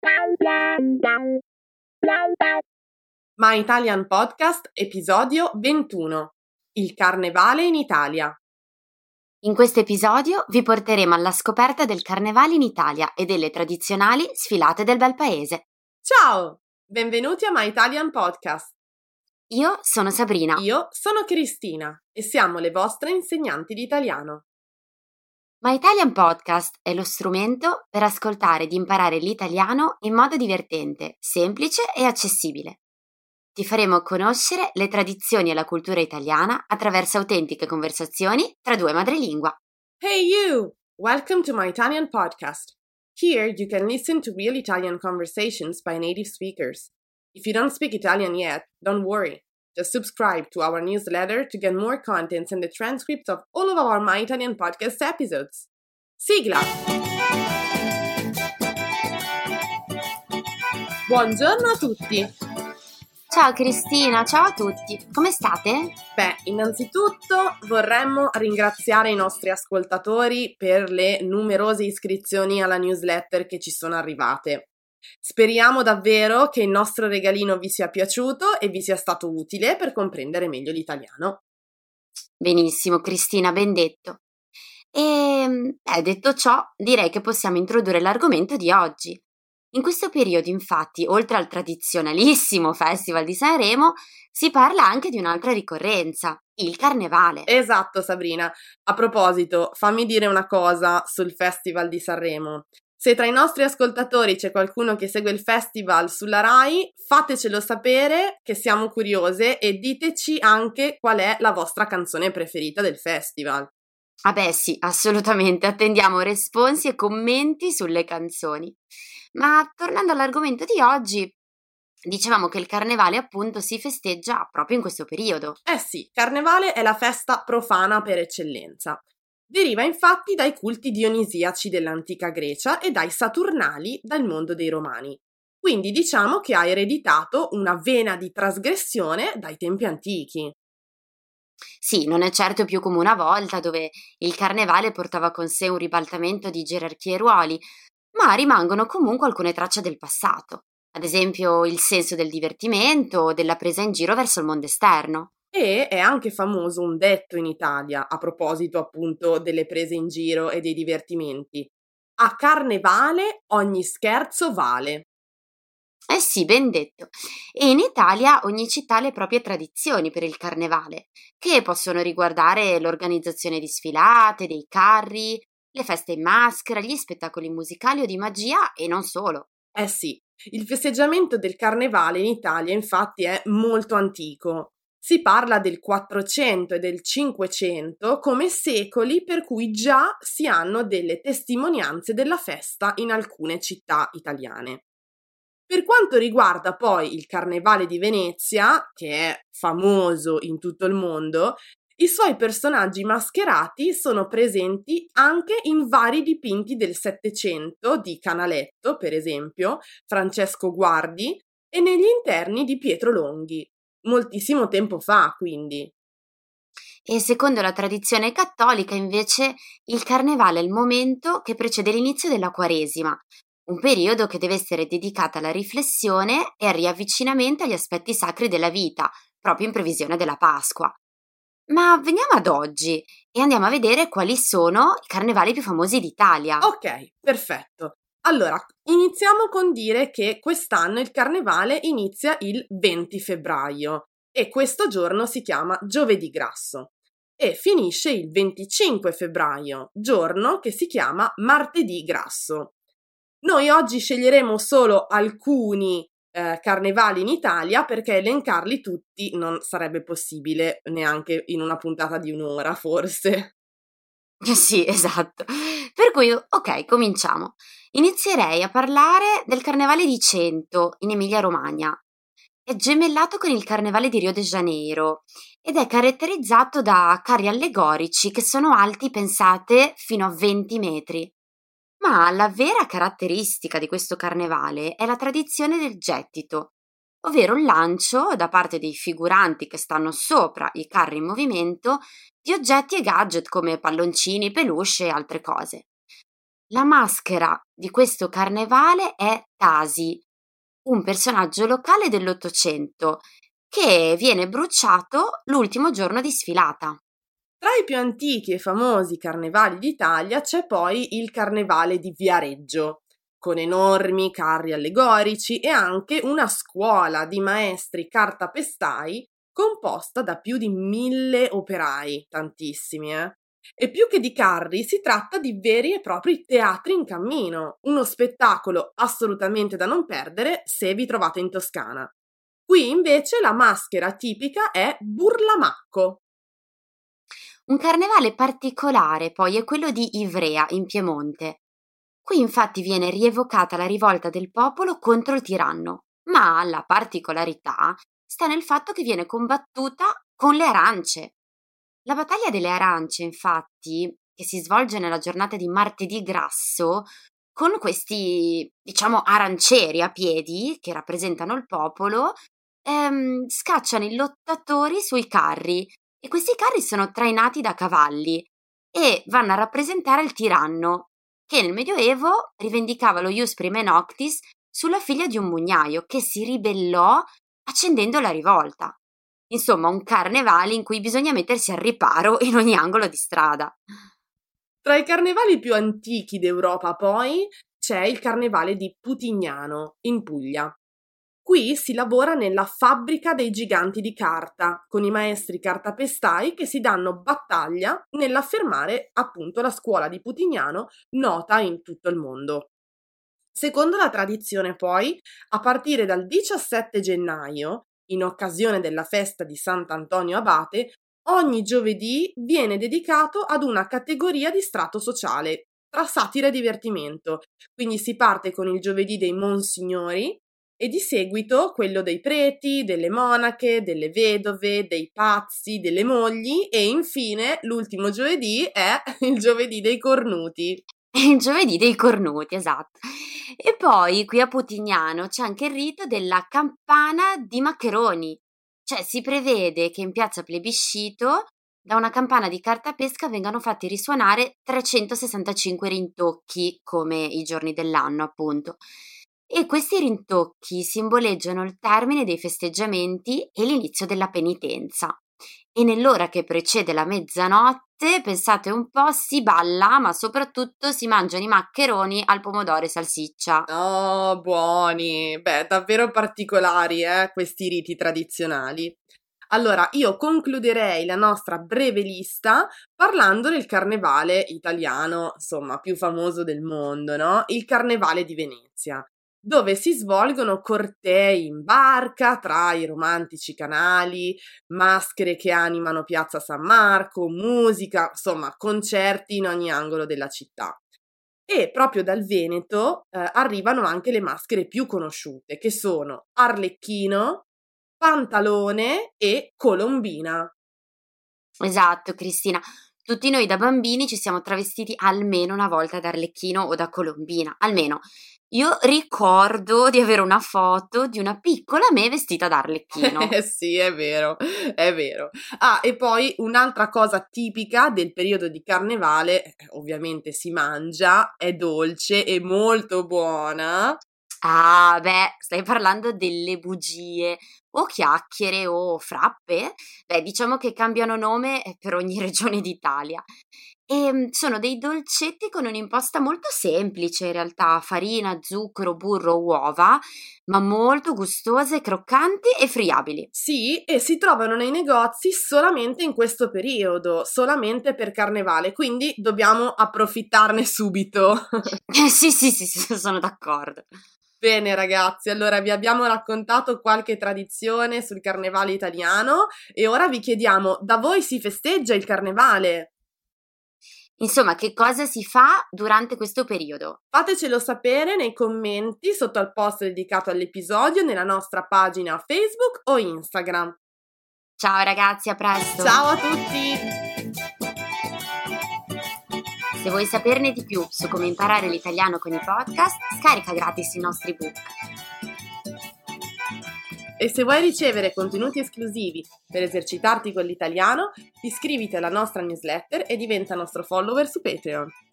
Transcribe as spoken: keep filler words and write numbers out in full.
My Italian Podcast, episodio ventuno. Il carnevale in Italia. In questo episodio vi porteremo alla scoperta del carnevale in Italia e delle tradizionali sfilate del bel paese. Ciao! Benvenuti a My Italian Podcast. Io sono Sabrina. Io sono Cristina e siamo le vostre insegnanti di italiano. My Italian Podcast è lo strumento per ascoltare ed imparare l'italiano in modo divertente, semplice e accessibile. Ti faremo conoscere le tradizioni e la cultura italiana attraverso autentiche conversazioni tra due madrelingua. Hey you! Welcome to My Italian Podcast. Here you can listen to real Italian conversations by native speakers. If you don't speak Italian yet, don't worry. Just subscribe to our newsletter to get more contents and the transcripts of all of our My Italian Podcast episodes. Sigla! Buongiorno a tutti! Ciao Cristina, ciao a tutti, come state? Beh, innanzitutto vorremmo ringraziare i nostri ascoltatori per le numerose iscrizioni alla newsletter che ci sono arrivate. Speriamo davvero che il nostro regalino vi sia piaciuto e vi sia stato utile per comprendere meglio l'italiano. Benissimo Cristina, ben detto. E eh, detto ciò, direi che possiamo introdurre l'argomento di oggi. In questo periodo, infatti, oltre al tradizionalissimo Festival di Sanremo, si parla anche di un'altra ricorrenza, il Carnevale. Esatto, Sabrina. A proposito, fammi dire una cosa sul Festival di Sanremo. Se tra i nostri ascoltatori c'è qualcuno che segue il festival sulla Rai, fatecelo sapere che siamo curiose e diteci anche qual è la vostra canzone preferita del festival. Ah beh sì, assolutamente, attendiamo responsi e commenti sulle canzoni. Ma tornando all'argomento di oggi, dicevamo che il Carnevale appunto si festeggia proprio in questo periodo. Eh sì, Carnevale è la festa profana per eccellenza. Deriva infatti dai culti dionisiaci dell'antica Grecia e dai saturnali dal mondo dei Romani. Quindi diciamo che ha ereditato una vena di trasgressione dai tempi antichi. Sì, non è certo più come una volta dove il Carnevale portava con sé un ribaltamento di gerarchie e ruoli, ma rimangono comunque alcune tracce del passato, ad esempio il senso del divertimento o della presa in giro verso il mondo esterno. E è anche famoso un detto in Italia, a proposito appunto delle prese in giro e dei divertimenti. A Carnevale ogni scherzo vale. Eh sì, ben detto. E in Italia ogni città ha le proprie tradizioni per il Carnevale, che possono riguardare l'organizzazione di sfilate, dei carri, le feste in maschera, gli spettacoli musicali o di magia e non solo. Eh sì, il festeggiamento del Carnevale in Italia infatti è molto antico. Si parla del quattrocento e del cinquecento come secoli per cui già si hanno delle testimonianze della festa in alcune città italiane. Per quanto riguarda poi il Carnevale di Venezia, che è famoso in tutto il mondo, i suoi personaggi mascherati sono presenti anche in vari dipinti del Settecento di Canaletto, per esempio, Francesco Guardi, e negli interni di Pietro Longhi. Moltissimo tempo fa, quindi. E secondo la tradizione cattolica, invece, il Carnevale è il momento che precede l'inizio della Quaresima, un periodo che deve essere dedicato alla riflessione e al riavvicinamento agli aspetti sacri della vita, proprio in previsione della Pasqua. Ma veniamo ad oggi e andiamo a vedere quali sono i carnevali più famosi d'Italia. Ok, perfetto. Allora, iniziamo con dire che quest'anno il Carnevale inizia il venti febbraio e questo giorno si chiama Giovedì Grasso e finisce il venticinque febbraio, giorno che si chiama Martedì Grasso. Noi oggi sceglieremo solo alcuni eh, carnevali in Italia perché elencarli tutti non sarebbe possibile neanche in una puntata di un'ora, forse. Sì, esatto. Per cui, ok, cominciamo. Inizierei a parlare del Carnevale di Cento, in Emilia-Romagna. È gemellato con il Carnevale di Rio de Janeiro ed è caratterizzato da carri allegorici che sono alti, pensate, fino a venti metri. Ma la vera caratteristica di questo carnevale è la tradizione del gettito, ovvero il lancio da parte dei figuranti che stanno sopra i carri in movimento di oggetti e gadget come palloncini, peluche e altre cose. La maschera di questo carnevale è Tasi, un personaggio locale dell'Ottocento che viene bruciato l'ultimo giorno di sfilata. Tra i più antichi e famosi carnevali d'Italia c'è poi il Carnevale di Viareggio, con enormi carri allegorici e anche una scuola di maestri cartapestai composta da più di mille operai, tantissimi, eh? E più che di carri si tratta di veri e propri teatri in cammino, uno spettacolo assolutamente da non perdere se vi trovate in Toscana. Qui invece la maschera tipica è Burlamacco. Un carnevale particolare poi è quello di Ivrea, in Piemonte. Qui infatti viene rievocata la rivolta del popolo contro il tiranno, ma la particolarità sta nel fatto che viene combattuta con le arance. La battaglia delle arance, infatti, che si svolge nella giornata di martedì grasso, con questi, diciamo, arancieri a piedi che rappresentano il popolo, ehm, scacciano i lottatori sui carri. E questi carri sono trainati da cavalli e vanno a rappresentare il tiranno, che nel Medioevo rivendicava lo ius prime noctis sulla figlia di un mugnaio che si ribellò accendendo la rivolta. Insomma, un carnevale in cui bisogna mettersi al riparo in ogni angolo di strada. Tra i carnevali più antichi d'Europa, poi, c'è il carnevale di Putignano, in Puglia. Qui si lavora nella fabbrica dei giganti di carta, con i maestri cartapestai che si danno battaglia nell'affermare appunto la scuola di Putignano, nota in tutto il mondo. Secondo la tradizione, poi, a partire dal diciassette gennaio, in occasione della festa di Sant'Antonio Abate, ogni giovedì viene dedicato ad una categoria di strato sociale, tra satira e divertimento. Quindi si parte con il giovedì dei monsignori, e di seguito quello dei preti, delle monache, delle vedove, dei pazzi, delle mogli e infine l'ultimo giovedì è il giovedì dei cornuti. Il giovedì dei cornuti, esatto. E poi qui a Putignano c'è anche il rito della campana di maccheroni, cioè si prevede che in piazza Plebiscito da una campana di cartapesca vengano fatti risuonare trecentosessantacinque rintocchi, come i giorni dell'anno appunto. E questi rintocchi simboleggiano il termine dei festeggiamenti e l'inizio della penitenza. E nell'ora che precede la mezzanotte, pensate un po', si balla, ma soprattutto si mangiano i maccheroni al pomodoro e salsiccia. Oh, buoni! Beh, davvero particolari, eh, questi riti tradizionali. Allora, io concluderei la nostra breve lista parlando del carnevale italiano, insomma, più famoso del mondo, no? Il Carnevale di Venezia, dove si svolgono cortei in barca tra i romantici canali, maschere che animano Piazza San Marco, musica, insomma, concerti in ogni angolo della città. E proprio dal Veneto eh, arrivano anche le maschere più conosciute, che sono Arlecchino, Pantalone e Colombina. Esatto, Cristina. Tutti noi da bambini ci siamo travestiti almeno una volta da Arlecchino o da Colombina, almeno. Io ricordo di avere una foto di una piccola me vestita da Arlecchino. Eh sì, è vero, è vero. Ah, e poi un'altra cosa tipica del periodo di carnevale, eh, ovviamente si mangia, è dolce e molto buona. Ah, beh, stai parlando delle bugie o chiacchiere o frappe? Beh, diciamo che cambiano nome eh, per ogni regione d'Italia. E mm, sono dei dolcetti con un'imposta molto semplice in realtà, farina, zucchero, burro, uova, ma molto gustose, croccanti e friabili. Sì, e si trovano nei negozi solamente in questo periodo, solamente per carnevale, quindi dobbiamo approfittarne subito. Eh, sì, sì, sì, sì, sono d'accordo. Bene ragazzi, allora vi abbiamo raccontato qualche tradizione sul carnevale italiano e ora vi chiediamo, da voi si festeggia il carnevale? Insomma, che cosa si fa durante questo periodo? Fatecelo sapere nei commenti sotto al post dedicato all'episodio nella nostra pagina Facebook o Instagram. Ciao ragazzi, a presto! Ciao a tutti! Se vuoi saperne di più su come imparare l'italiano con i podcast, scarica gratis i nostri book. E se vuoi ricevere contenuti esclusivi per esercitarti con l'italiano, iscriviti alla nostra newsletter e diventa nostro follower su Patreon.